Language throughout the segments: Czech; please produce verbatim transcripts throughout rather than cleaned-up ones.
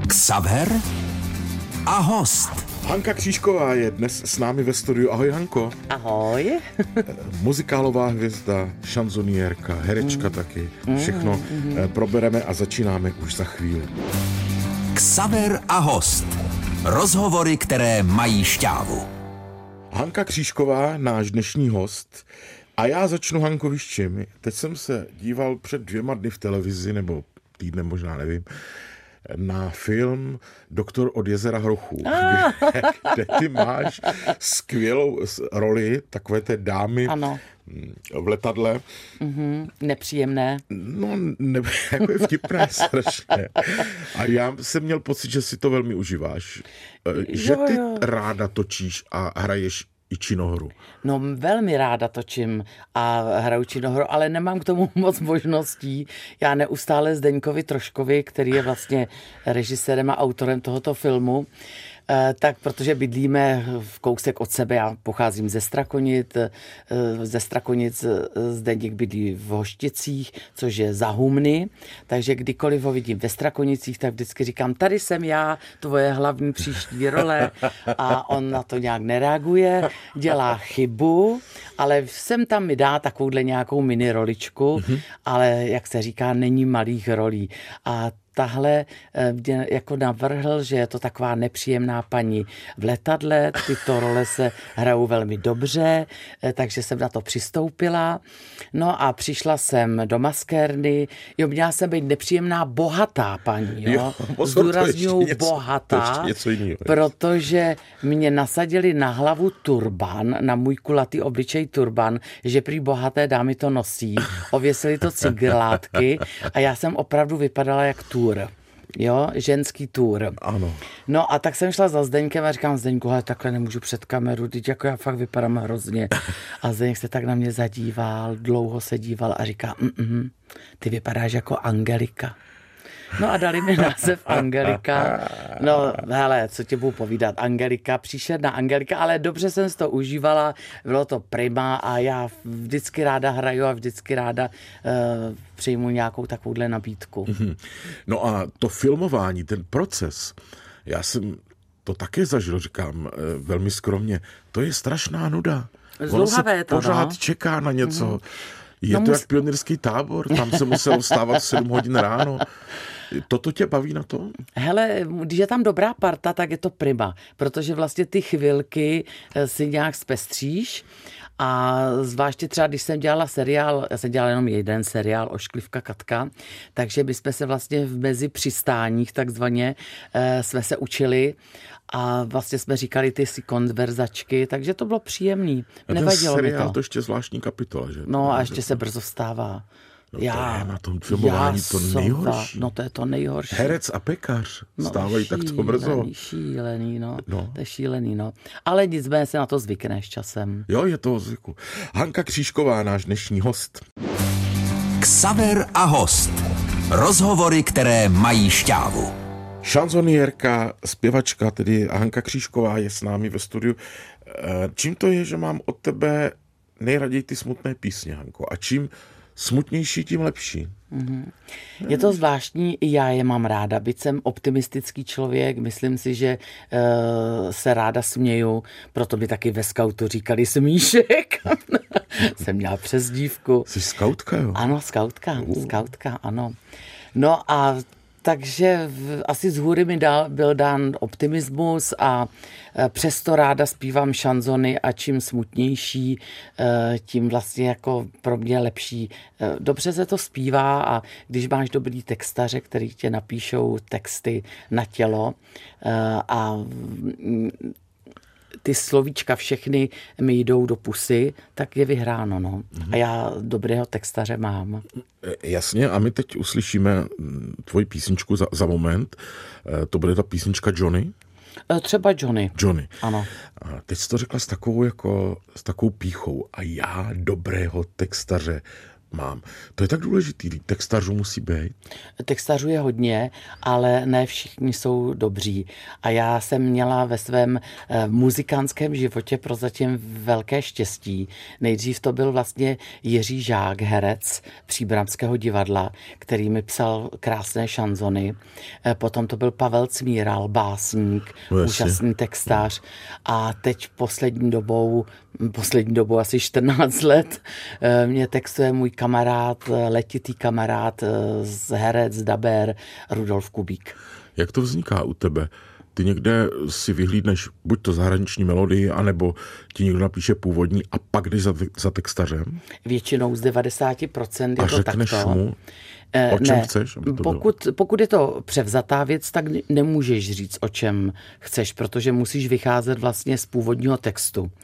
Xaver a host. Hanka Křížková je dnes s námi ve studiu. Ahoj, Hanko. Ahoj. Muzikálová hvězda, šanzoniérka, herečka mm. taky. Všechno mm. probereme a začínáme už za chvíli. Xaver a host. Rozhovory, které mají šťávu. Hanka Křížková, náš dnešní host. A já začnu, Hanko, víš čím? Teď jsem se díval před dvěma dny v televizi, nebo týdnem, možná nevím, na film Doktor od jezera Hrochů, ah. kde, kde ty máš skvělou roli takové té dámy ano. v letadle. Mm-hmm. Nepříjemné. No, ne, jako je vtipné strašně. A já jsem měl pocit, že si to velmi užíváš. Že ty jo, jo. ráda točíš a hraješ i činohru. No, velmi ráda točím a hraju činohru, ale nemám k tomu moc možností. Já neustále Zdeňkovi Troškovi, který je vlastně režisérem a autorem tohoto filmu, tak protože bydlíme v kousek od sebe, já pocházím ze Strakonic, ze Strakonic Zdeněk bydlí v Hoštěcích, což je za Humny, takže kdykoliv ho vidím ve Strakonicích, tak vždycky říkám, tady jsem já, tvoje hlavní příští role, a on na to nějak nereaguje, dělá chybu, ale sem tam mi dá takovouhle nějakou mini roličku, mm-hmm. ale jak se říká, není malých rolí. A tahle mě jako navrhl, že je to taková nepříjemná paní v letadle, tyto role se hrajou velmi dobře, takže jsem na to přistoupila. No a přišla jsem do maskérny, jo, měla jsem být nepříjemná bohatá paní, jo, jo zdůrazňuji bohatá, protože mě nasadili na hlavu turban, na můj kulatý obličej turban, že prý bohaté dámy to nosí, ověsili to cigrlátky a já jsem opravdu vypadala jak tur. Jo, ženský tour. Ano. No a tak jsem šla za Zdeňkem a říkám, Zdeňku, ale takhle nemůžu před kameru, teď jako já fakt vypadám hrozně. A Zdeněk se tak na mě zadíval, dlouho se díval a říká, mm-mm, ty vypadáš jako Angelika. No a dali mi název Angelika. No hele, co ti budu povídat, Angelika, příšerná Angelika, ale dobře jsem si to užívala, bylo to prima a já vždycky ráda hraju a vždycky ráda uh, přijmu nějakou takovouhle nabídku. No a to filmování, ten proces, já jsem to také zažil, říkám velmi skromně, to je strašná nuda. Zdlouhavé Ono se to, pořád no? čeká na něco. Mm-hmm. Je no to mus... jak pionýrský tábor, tam se muselo vstávat sedm hodin ráno. Toto tě baví na to? Hele, když je tam dobrá parta, tak je to prima, protože vlastně ty chvilky si nějak zpestříš. A zvláště třeba, když jsem dělala seriál, já jsem dělala jenom jeden seriál, Ošklivka Katka, takže my jsme se vlastně v mezi přistáních takzvaně e, jsme se učili a vlastně jsme říkali ty si konverzačky, takže to bylo příjemný. A nevadilo ten mi seriál to. to ještě zvláštní kapitola, že? No a ještě se brzo vstává. No já, to je na tom filmování to nejhorší. No to je to nejhorší. Herec a pekař stávají no, takto brzo. Šílený, no. no. To je šílený, no. Ale nicméně se na to zvykneš časem. Jo, je to zvyku. Hanka Křížková, náš dnešní host. Xaver a host. Rozhovory, které mají šťávu. Šanzoniérka, zpěvačka, tedy Hanka Křížková je s námi ve studiu. Čím to je, že mám od tebe nejraději ty smutné písně, Hanko? A čím smutnější, tím lepší. Mm-hmm. Je to zvláštní, i já je mám ráda. Byť jsem optimistický člověk, myslím si, že uh, se ráda směju, proto mi taky ve skautu říkali smíšek. Jsem měla přezdívku. Jsi skautka, jo? Ano, skautka, uh. skautka, ano. No a takže v, asi z hůry mi dal, byl dán optimismus a e, přesto ráda zpívám šanzony a čím smutnější, e, tím vlastně jako pro mě lepší. E, dobře se to zpívá a když máš dobrý textaře, který tě napíšou texty na tělo e, a m, ty slovíčka všechny mi jdou do pusy, tak je vyhráno, no. A já dobrého textaře mám. Jasně, a my teď uslyšíme tvoji písničku za, za moment. To bude ta písnička Johnny? Třeba Johnny. Johnny. Ano. A teď jsi to řekla s takovou, jako, s takovou pýchou. A já dobrého textaře mám. To je tak důležitý, textařů musí být. Textařů je hodně, ale ne všichni jsou dobří. A já jsem měla ve svém eh, muzikantském životě prozatím velké štěstí. Nejdřív to byl vlastně Jiří Žák, herec Příbramského divadla, který mi psal krásné šanzony. Eh, potom to byl Pavel Cmíral, básník, no, úžasný textář. A teď poslední dobou, poslední dobou asi čtrnáct let, eh, mě textuje můj kamarád, letitý kamarád, z herec, daber Rudolf Kubík. Jak to vzniká u tebe? Ty někde si vyhlídneš buď to zahraniční melodii, anebo ti někdo napíše původní a pak jdeš za, za textařem? Většinou z devadesát procent je a to řekneš takto. mu, o čem ne, chceš? Aby to pokud, pokud je to převzatá věc, tak nemůžeš říct, o čem chceš, protože musíš vycházet vlastně z původního textu. Uh,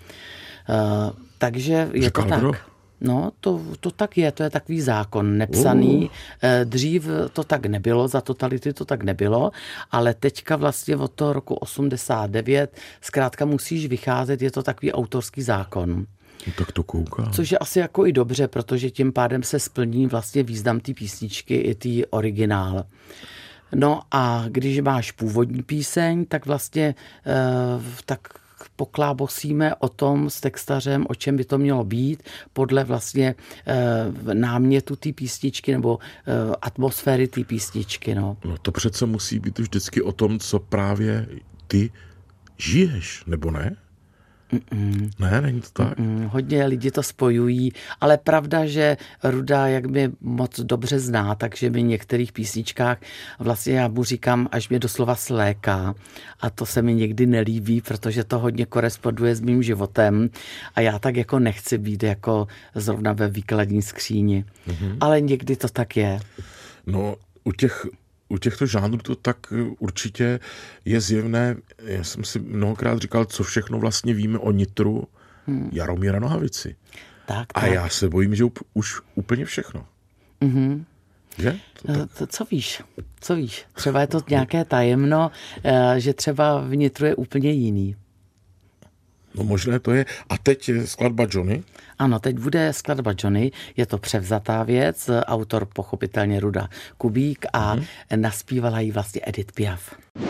takže je Říkal to tak. Kdo? No, to, to tak je, to je takový zákon nepsaný. Uh. Dřív to tak nebylo, za totality to tak nebylo, ale teďka vlastně od toho roku osmdesát devět zkrátka musíš vycházet, je to takový autorský zákon. No, tak to kouká. Což je asi jako i dobře, protože tím pádem se splní vlastně význam té písničky i té originál. No a když máš původní píseň, tak vlastně eh, tak poklábosíme o tom s textařem, o čem by to mělo být, podle vlastně e, námětu té písničky nebo e, atmosféry té písničky. No. no to přece musí být vždycky o tom, co právě ty žiješ, nebo ne? Mm-mm. Ne, není to tak? Mm-mm. Hodně lidi to spojují, ale pravda, že Ruda, jak mě moc dobře zná, takže mi v některých písničkách vlastně já mu říkám, až mě doslova sléká a to se mi někdy nelíbí, protože to hodně koresponduje s mým životem a já tak jako nechci být jako zrovna ve výkladní skříni. Mm-hmm. Ale někdy to tak je. No, u těch U těchto žánrů to tak určitě je zjevné. Já jsem si mnohokrát říkal, co všechno vlastně víme o nitru hmm. Jaromíra Nohavici. Tak, tak. A já se bojím, že up, už úplně všechno. Mm-hmm. Že? To tak... to, co víš? Co víš? Třeba je to nějaké tajemno, že třeba v nitru je úplně jiný. No možné to je. A teď je skladba Johnny? Ano, teď bude skladba Johnny, je to převzatá věc, autor pochopitelně Ruda Kubík a mm-hmm. naspívala ji vlastně Edith Piaf.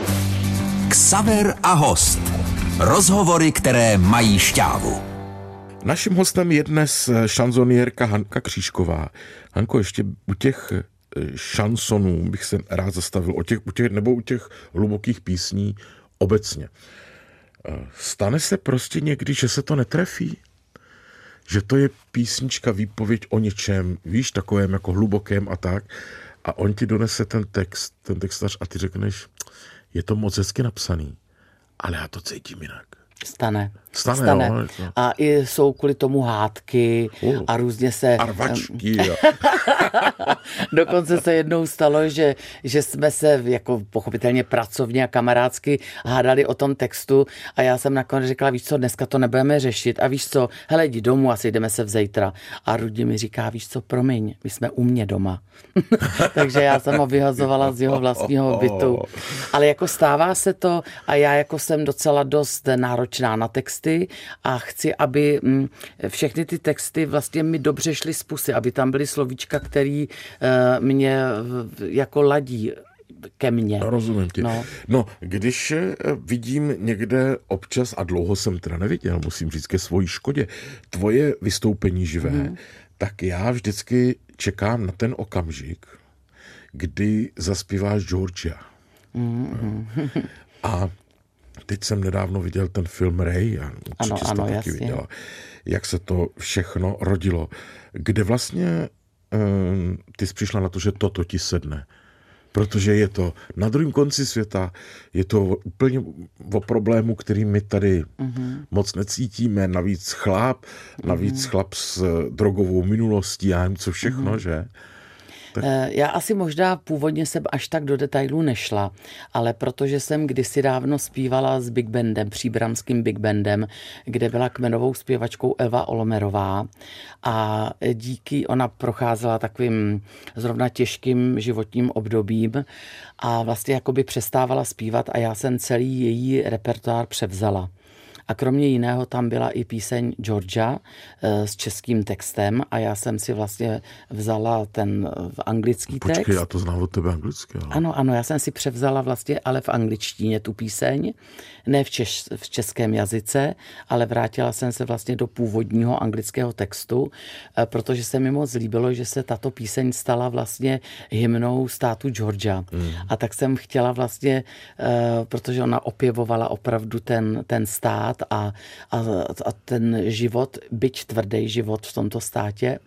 Xaver a host. Rozhovory, které mají šťávu. Naším hostem je dnes šanzonierka Hanka Křížková. Hanko, ještě u těch šansonů bych se rád zastavil, o těch, u těch, nebo u těch hlubokých písní obecně. Stane se prostě někdy, že se to netrefí? Že to je písnička, výpověď o něčem, víš, takovém jako hlubokém a tak, a on ti donese ten text, ten textař a ty řekneš, je to moc hezky napsaný, ale já to cítím jinak. Stane. Stane, Stane. Jo, a i jsou kvůli tomu hádky uh, a různě se... Arvačky. Dokonce se jednou stalo, že, že jsme se jako pochopitelně pracovně a kamarádsky hádali o tom textu a já jsem nakonec říkala, víš co, dneska to nebudeme řešit a víš co, hele, jdi domů a sejdeme se vzejtra. A Rudi mi říká, víš co, promiň, my jsme u mě doma. Takže já jsem ho vyhazovala z jeho vlastního bytu. Ale jako stává se to a já jako jsem docela dost náročná na texty a chci, aby všechny ty texty vlastně mi dobře šly z pusy, aby tam byly slovíčka, který mě jako ladí ke mně. No, rozumím ti. No. no, když vidím někde občas, a dlouho jsem teda neviděl, musím říct ke svojí škodě, tvoje vystoupení živé, mm. tak já vždycky čekám na ten okamžik, kdy zaspíváš Georgia. Mm. A teď jsem nedávno viděl ten film Ray, a určitě ano, jsi to ano, taky jasně. viděla, jak se to všechno rodilo. Kde vlastně um, ty jsi přišla na to, že toto ti sedne. Protože je to na druhém konci světa, je to úplně o problému, který my tady mm-hmm. moc necítíme, navíc chlap, navíc mm-hmm. chlap s drogovou minulostí, já nevím co všechno, mm-hmm. že? Tak... Já asi možná původně jsem až tak do detailů nešla, ale protože jsem kdysi dávno zpívala s Big Bandem, příbramským Big Bandem, kde byla kmenovou zpěvačkou Eva Olomerová a díky ona procházela takovým zrovna těžkým životním obdobím a vlastně jakoby přestávala zpívat a já jsem celý její repertoár převzala. A kromě jiného tam byla i píseň Georgia s českým textem a já jsem si vlastně vzala ten anglický Počkej, text. já to znám od tebe anglicky. Ale... Ano, ano, já jsem si převzala vlastně ale v angličtině tu píseň, ne v, češ, v českém jazyce, ale vrátila jsem se vlastně do původního anglického textu, protože se mi moc líbilo, že se tato píseň stala vlastně hymnou státu Georgia. Mm. A tak jsem chtěla vlastně, protože ona opěvovala opravdu ten, ten stát a, a, a ten život, byť tvrdý život v tomto státě,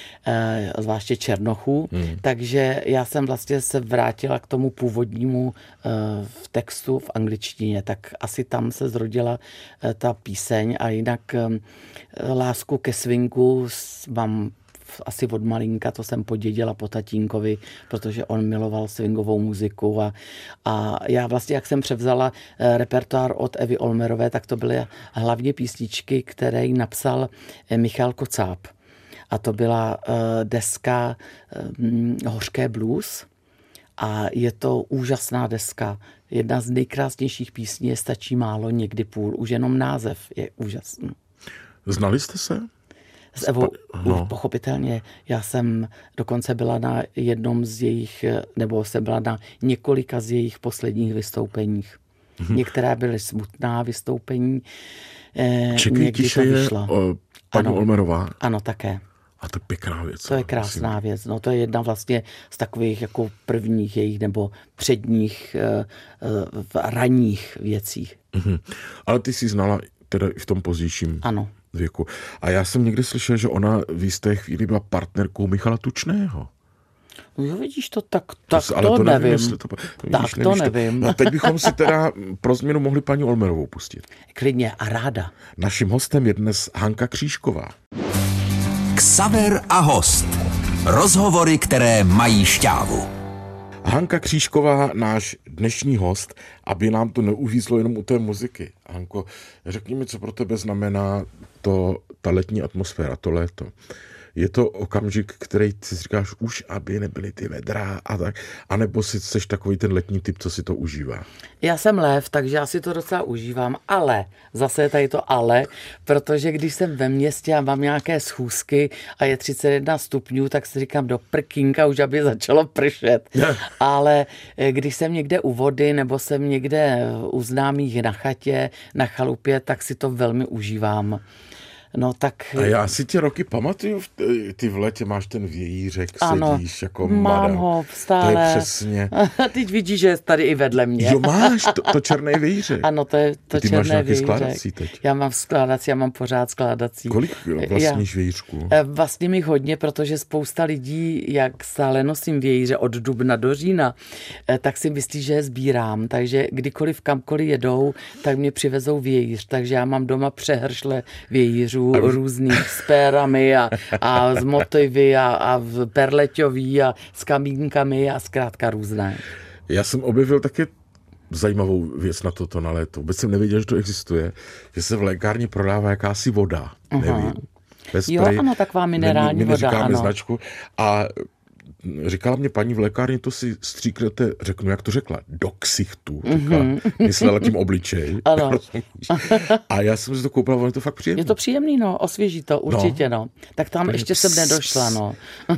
zvláště Černochů. Mm. Takže já jsem vlastně se vrátila k tomu původnímu v textu v angličtině, tak asi tam se zrodila ta píseň a jinak lásku ke swingu mám asi od malinka, to jsem podědila po tatínkovi, protože on miloval swingovou muziku a, a já vlastně, jak jsem převzala repertoár od Evy Olmerové, tak to byly hlavně písničky, které jí napsal Michal Kocáb. A to byla uh, deska um, Hořké blues a je to úžasná deska. Jedna z nejkrásnějších písní je Stačí málo, někdy půl. Už jenom název je úžasný. Znali jste se? S Evou, no. Pochopitelně. Já jsem dokonce byla na jednom z jejich, nebo jsem byla na několika z jejich posledních vystoupeních. Hmm. Některé byly smutná vystoupení. Čekej, někdy to vyšlo. Je, paní ano, Olmerová. Ano, také. A to je pěkná věc. To je krásná myslím. věc. No to je jedna vlastně z takových jako prvních jejich nebo předních uh, uh, ranních věcí. Mm-hmm. Ale ty jsi znala teda i v tom pozdějším ano. věku. A já jsem někde slyšel, že ona v jisté chvíli byla partnerkou Michala Tučného. No jo, vidíš to, tak, tak to, to, ale to nevím. nevím. To, tak vidíš, to nevím. To. No teď bychom si teda pro změnu mohli paní Olmerovou pustit. Klidně a ráda. Naším hostem je dnes Hanka Křížková. Xaver a host. Rozhovory, které mají šťávu. Hanka Křížková, náš dnešní host, aby nám to neuvízlo jenom u té muziky. Hanko, řekni mi, co pro tebe znamená to, ta letní atmosféra, to léto. Je to okamžik, který si říkáš už, aby nebyly ty vedra a tak, anebo si seš takový ten letní typ, co si to užívá? Já jsem lev, takže já si to docela užívám, ale, zase je tady to ale, protože když jsem ve městě a mám nějaké schůzky a je třicet jedna stupňů, tak si říkám do prkínka už, aby začalo pršet. Ale když jsem někde u vody nebo jsem někde u známých na chatě, na chalupě, tak si to velmi užívám. No tak... A já si tě roky pamatuju, ty v létě máš ten vějířek, ano, sedíš jako mladá. Mám ho stále. To je přesně... Teď vidíš, že je tady i vedle mě. Jo, máš to, to černé vějířek. Ano, to je to ty černé máš nějaký vějířek. skládací teď. Já mám skládací, já mám pořád skládací. Kolik vlastníš já, vějířků? Vlastně mi hodně, protože spousta lidí, jak stále nosím vějíře od dubna do října, tak si myslí, že je sbírám. Takže kdykoliv kamkoliv jedou, tak mě přivezou vějíř. Takže já mám doma přehršle vějířů a různých s pérami a, a z motivy a, a perleťový a s kamínkami a zkrátka různé. Já jsem objevil taky zajímavou věc na toto na léto. Vůbec jsem nevěděl, že to existuje, že se v lékárně prodává jakási voda. Uh-huh. Nevím. Jo, ano, taková minerální my, my voda, ano. značku. A říkala mě paní v lékárně, to si stříknete, řeknu, jak to řekla, do ksichtu. Mm-hmm. Myslela tím obličej. Ano. A já jsem si to koupila, ono je to fakt příjemný. Je to příjemný, no, osvěží to, určitě, no. no. Tak tam ještě jsem nedošla, no.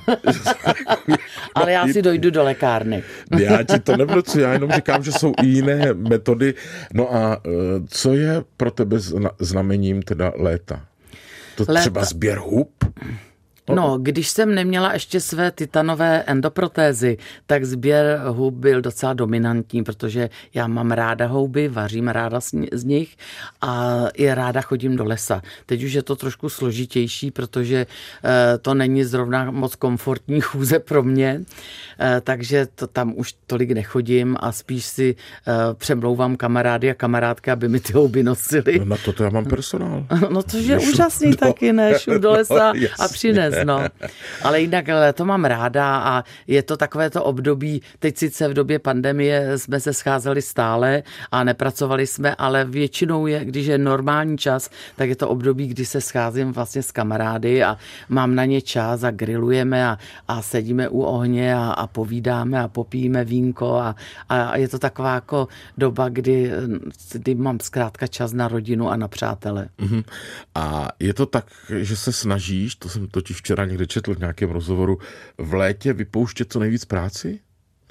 Ale já si dojdu do lékárny. Já ti to nevnucuji, já jenom říkám, že jsou i jiné metody. No a co je pro tebe znamením teda léta? To Léta. Třeba sběr hub? No, když jsem neměla ještě své titanové endoprotézy, tak sběr hub byl docela dominantní, protože já mám ráda houby, vařím ráda z nich a i ráda chodím do lesa. Teď už je to trošku složitější, protože to není zrovna moc komfortní chůze pro mě, takže to tam už tolik nechodím a spíš si přemlouvám kamarády a kamarádky, aby mi ty houby nosili. No na toto já mám personál. No to je úžasný do... taky, ne? Šup do lesa no, a přines. no. Ale jinak to mám ráda a je to takové to období, teď sice v době pandemie jsme se scházeli stále a nepracovali jsme, ale většinou je, když je normální čas, tak je to období, kdy se scházím vlastně s kamarády a mám na ně čas a grillujeme a, a sedíme u ohně a, a povídáme a popijeme vínko a, a je to taková jako doba, kdy, kdy mám zkrátka čas na rodinu a na přátele. Uh-huh. A je to tak, že se snažíš, to jsem totiž včera někde četl v nějakém rozhovoru, v létě vypouštět co nejvíc práci?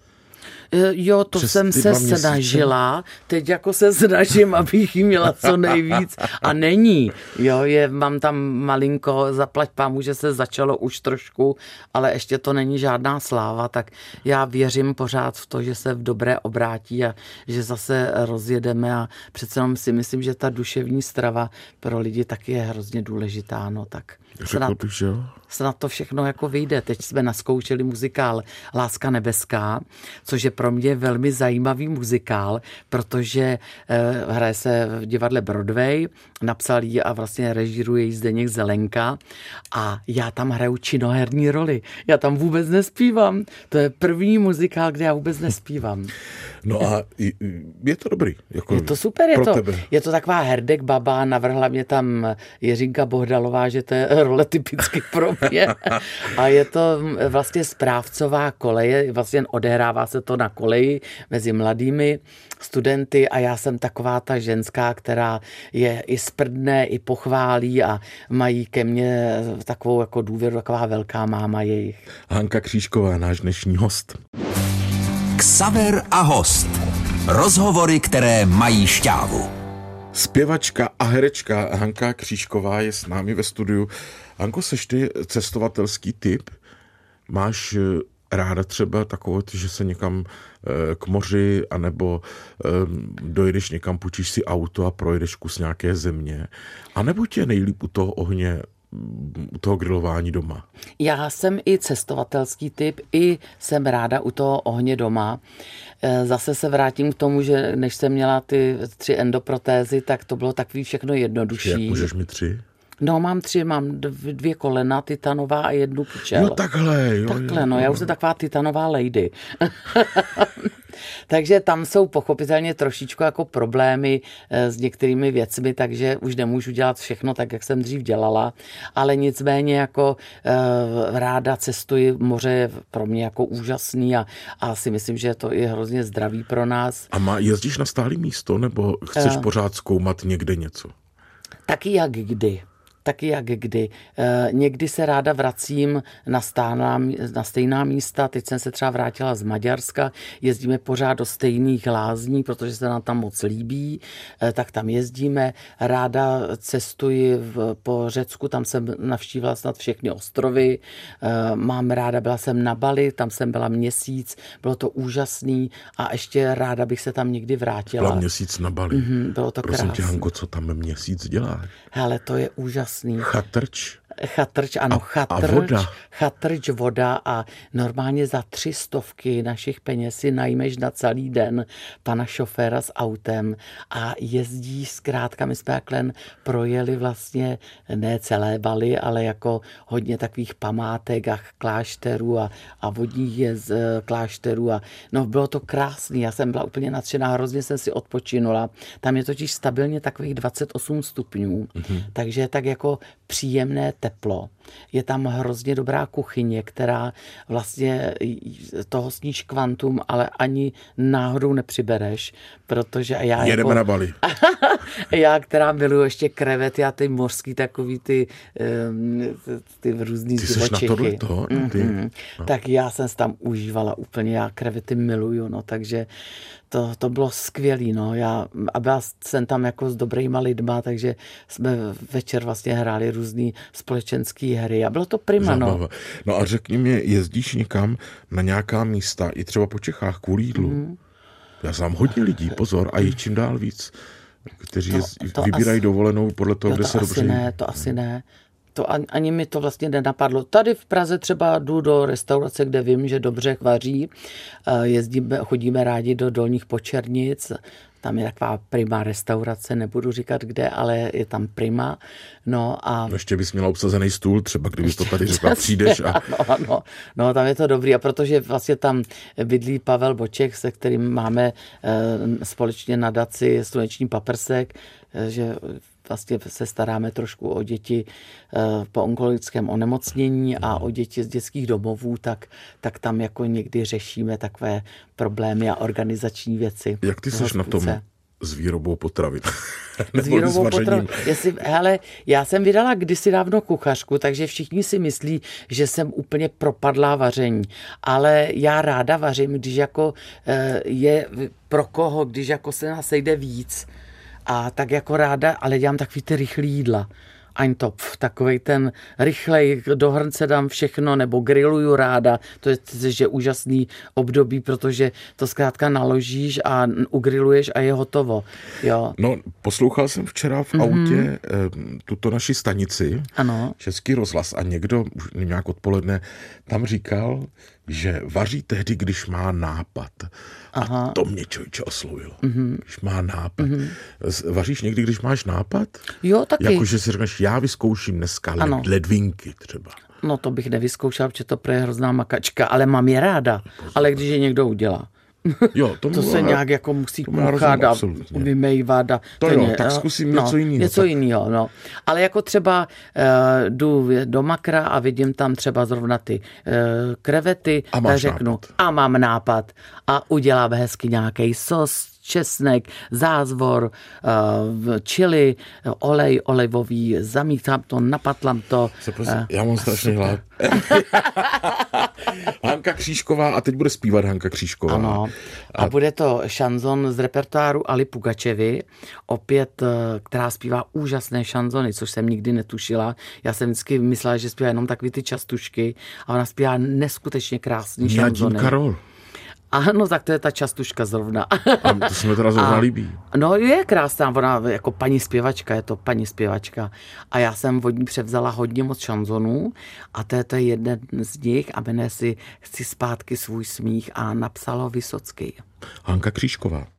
Jo, to Přes jsem se měsíce? snažila, teď jako se snažím, abych jí měla co nejvíc a není. Jo, je, mám tam malinko, zaplať pámu, že se začalo už trošku, ale ještě to není žádná sláva, tak já věřím pořád v to, že se v dobré obrátí a že zase rozjedeme a přece jenom si myslím, že ta duševní strava pro lidi taky je hrozně důležitá, no tak snad, bych, že jo? snad to všechno jako vyjde. Teď jsme naskoušeli muzikál Láska nebeská, což je pro mě velmi zajímavý muzikál, protože eh, hraje se v divadle Broadway, napsal ji a vlastně režíruje ji Zdeněk Zelenka a já tam hraju činoherní roli. Já tam vůbec nespívám. To je první muzikál, kde já vůbec nespívám. No a je to dobrý. Jako je to super, je to, tebe. je to taková herdek baba, navrhla mě tam Jiřinka Bohdalová, že to je role typicky pro mě. A je to vlastně správcová koleje, vlastně odehrává se to na koleji mezi mladými studenty a já jsem taková ta ženská, která je i sprdne, i pochválí a mají ke mně takovou jako důvěru, taková velká máma jejich. Hanka Křížková, náš dnešní host. Xaver a host. Rozhovory, které mají šťávu. Zpěvačka a herečka Hanka Křížková je s námi ve studiu. Hanko, seš ty cestovatelský typ? Máš ráda třeba takové, že se někam k moři, anebo dojedeš někam, půjčíš si auto a projedeš kus nějaké země? A nebo tě nejlíp u toho ohně, u toho grilování doma? Já jsem i cestovatelský typ, i jsem ráda u toho ohně doma. Zase se vrátím k tomu, že než jsem měla ty tři endoprotézy, tak to bylo takový všechno jednodušší. Jak můžeš mi tři? No, mám tři, mám dvě kolena titanová a jednu kyčel. No takhle, jo. Takhle, jo, no, jo. já už jsem taková titanová lady. Takže tam jsou pochopitelně trošičku jako problémy s některými věcmi, takže už nemůžu dělat všechno tak, jak jsem dřív dělala, ale nicméně jako e, ráda cestuji, moře je pro mě jako úžasný a, a si myslím, že to je hrozně zdravý pro nás. A má, jezdíš na stálý místo, nebo chceš e... pořád zkoumat někde něco? Taky jak kdy. Taky jak kdy. E, někdy se ráda vracím na, stáná, na stejná místa, teď jsem se třeba vrátila z Maďarska, jezdíme pořád do stejných lázní, protože se nám tam moc líbí, e, tak tam jezdíme. Ráda cestuji v, po Řecku, tam jsem navštívila snad všechny ostrovy, e, mám ráda, byla jsem na Bali, tam jsem byla měsíc, bylo to úžasný a ještě ráda bych se tam někdy vrátila. Byla měsíc na Bali. Mm-hmm, bylo to Prosím krásný. tě, Hanko, co tam měsíc děláš? Hele, to je úžasný. Chatrč? Chatrč, ano, a, chatrč, a voda. chatrč, voda a normálně za tři stovky našich peněz si najmeš na celý den pana šoféra s autem a jezdí zkrátka, my jsme jak len projeli vlastně ne celé Bali, ale jako hodně takových památek a klášterů a, a vodních jez klášterů a no bylo to krásný, já jsem byla úplně nadšená, hrozně jsem si odpočinula, tam je totiž stabilně takových dvacet osm stupňů, mm-hmm. takže je tak jako příjemné teplo. Je tam hrozně dobrá kuchyně, která vlastně toho sníš kvantum, ale ani náhodou nepřibereš, protože já Jedeme jako, na Bali. já, která miluji ještě krevety a ty mořský takový ty, ty různý ty živočichy. Ty jsi na tohle to? Mm-hmm. No. Tak já jsem tam užívala úplně, já krevety miluju, no, takže to, to bylo skvělý, no, já, a byla jsem tam jako s dobrýma lidma, takže jsme večer vlastně hráli různý společenský hry a bylo to prima, no. No a řekni mi, jezdíš někam na nějaká místa, i třeba po Čechách kvůli jídlu? Mm. Já znám hodně lidí, pozor, a je čím dál víc, kteří to, to vybírají asi, dovolenou podle toho, no kde to se asi dobře ne, to asi ne. to ani, ani mi to vlastně nenapadlo. Tady v Praze třeba jdu do restaurace, kde vím, že dobře vaří. Jezdíme, chodíme rádi do Dolních Počernic. Tam je taková Prima restaurace, nebudu říkat kde, ale je tam Prima. No a... No ještě bys měla obsazený stůl, třeba kdybys to tady řekla, přijdeš a... No, no, no, tam je to dobrý. A protože vlastně tam bydlí Pavel Boček, se kterým máme e, společně nadaci Sluneční paprsek, e, že vlastně se staráme trošku o děti po onkologickém onemocnění a o děti z dětských domovů, tak, tak tam jako někdy řešíme takové problémy a organizační věci. Jak ty seš na tom s výrobou potravin? S výrobou potravin. Jestli, hele, já jsem vydala kdysi dávno kuchařku, takže všichni si myslí, že jsem úplně propadlá vaření. Ale já ráda vařím, když jako je pro koho, když jako se nás sejde víc. A tak jako ráda, ale dělám takový ty rychlý jídla. Eintopf, takovej ten rychlej, do hrnce dám všechno, nebo grilluju ráda. To je, že je úžasný období, protože to zkrátka naložíš a ugrilluješ a je hotovo. Jo. No, poslouchal jsem včera v mm-hmm. autě e, tuto naši stanici, ano. Český rozhlas, a někdo už nějak odpoledne tam říkal, že vaří tehdy, když má nápad. Aha. A to mě člověče oslovilo. Mm-hmm. Když má nápad. Mm-hmm. Vaříš někdy, když máš nápad? Jo, taky. Jakože si řekneš, já vyzkouším dneska ano. ledvinky třeba. No to bych nevyzkoušel, protože to je hrozná makačka, ale mám je ráda. Pozor. Ale když je někdo udělá. Jo, to, to se nějak jako musí kuchat a vymejvat. A to jo, tak zkusím no, něco jiného. Něco jiného, no. Ale jako třeba uh, jdu do Makra a vidím tam třeba zrovna ty uh, krevety a máš řeknu, nápad. A mám nápad a udělám hezky nějaký sos, česnek, zázvor, uh, čili, olej olivový, zamítám to, napatlám to. Prosím, uh, já mám strašný hlad. Hanka Křížková, a teď bude zpívat Hanka Křížková. Ano, a, a bude to šanzon z repertoáru Ali Pugačevy, opět, která zpívá úžasné šanzony, což jsem nikdy netušila. Já jsem vždycky myslela, že zpívá jenom takový ty častušky a ona zpívá neskutečně krásný šanzony. Nadine Karol. Ano, tak to je ta častuška zrovna. A to se mi teda zrovna líbí. No je krásná, ona jako paní zpěvačka, je to paní zpěvačka. A já jsem od ní převzala hodně moc šanzonů a to je, to je jeden z nich a jmenuje si Chci zpátky svůj smích a napsalo Vysocký. Hanka Křížková.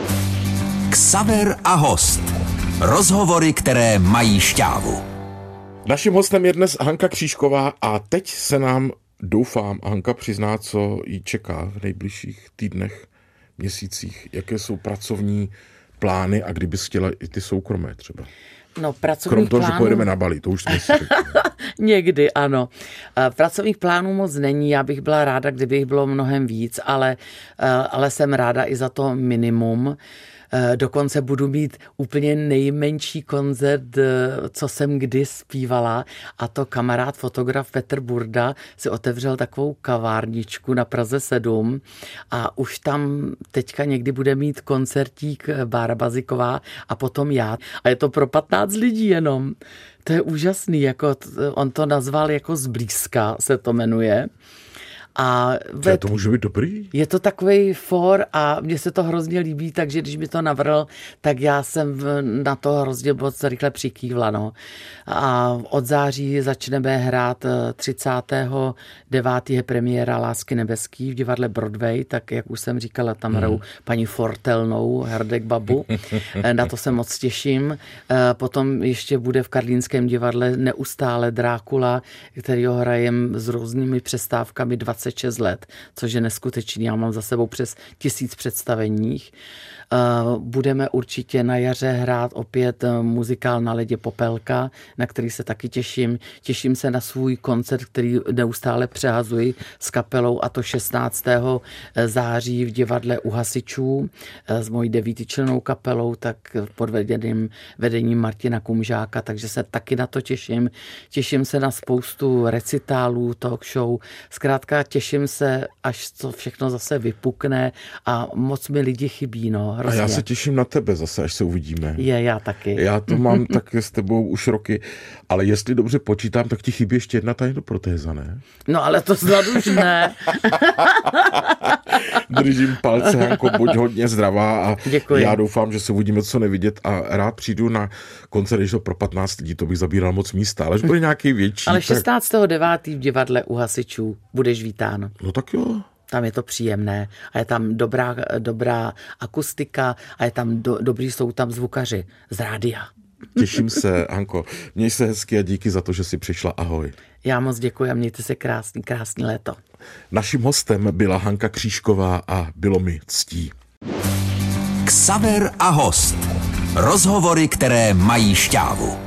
Xaver a host. Rozhovory, které mají šťávu. Naším hostem je dnes Hanka Křížková a teď se nám, doufám, Hanka přizná, co jí čeká v nejbližších týdnech, měsících, jaké jsou pracovní plány a kdyby chtěla i ty soukromé třeba. No, pracovních Krom toho, plánů... že pojedeme na Bali, to už jsme si řekli. Někdy, ano. Pracovních plánů moc není, já bych byla ráda, kdyby jich bylo mnohem víc, ale, ale jsem ráda i za to minimum. Dokonce budu mít úplně nejmenší koncert, co jsem kdy zpívala, a to kamarád fotograf Petr Burda si otevřel takovou kavárničku na Praze sedm a už tam teďka někdy bude mít koncertík Bára Baziková a potom já. A je to pro patnáct lidí jenom. To je úžasný, jako on to nazval jako Zblízka, se to jmenuje. A ve, to může být dobrý. Je to takovej for a mně se to hrozně líbí, takže když mi to navrhl, tak já jsem na to hrozně moc rychle přikývla. No. A od září začneme hrát třicátého devátého je premiéra Lásky nebeský v divadle Broadway, tak jak už jsem říkala, tam hrajou hmm. paní Fortelnou, Herdek Babu. Na to se moc těším. Potom ještě bude v Karlínském divadle neustále Drákula, který ho hrajem s různými přestávkami dvacet šest let, což je neskutečný. Já mám za sebou přes tisíc představeních. Budeme určitě na jaře hrát opět muzikál Na ledě Popelka, na který se taky těším. Těším se na svůj koncert, který neustále přehazuji s kapelou, a to šestnáctého září v divadle U hasičů s mojí devítičlennou kapelou, tak pod vedením, vedením Martina Kumžáka, takže se taky na to těším. Těším se na spoustu recitálů, talk show. Zkrátka těším se, až to všechno zase vypukne a moc mi lidi chybí, no, hrozně. A já se těším na tebe zase, až se uvidíme. Je, já taky. Já to mám tak s tebou už roky, ale jestli dobře počítám, tak ti chybí ještě jedna ta protéza, ne? No ale to snad už ne. Držím palce, Hanko, buď hodně zdravá a Děkuji. Já doufám, že se uvidíme co nevidět a rád přijdu na koncert, když to pro patnáct lidí, to bych zabíral moc místa, ale že bude nějaký větší. Ale tak... šestnáctého devátého v divadle u Hasičů budeš vítán. No tak jo. Tam je to příjemné a je tam dobrá, dobrá akustika a je tam do, dobrý, jsou tam zvukaři z rádia. Těším se, Hanko. Měj se hezky a díky za to, že jsi přišla. Ahoj. Já moc děkuji a mějte se krásný, krásný léto. Naším hostem byla Hanka Křížková a bylo mi ctí. Xaver a host. Rozhovory, které mají šťávu.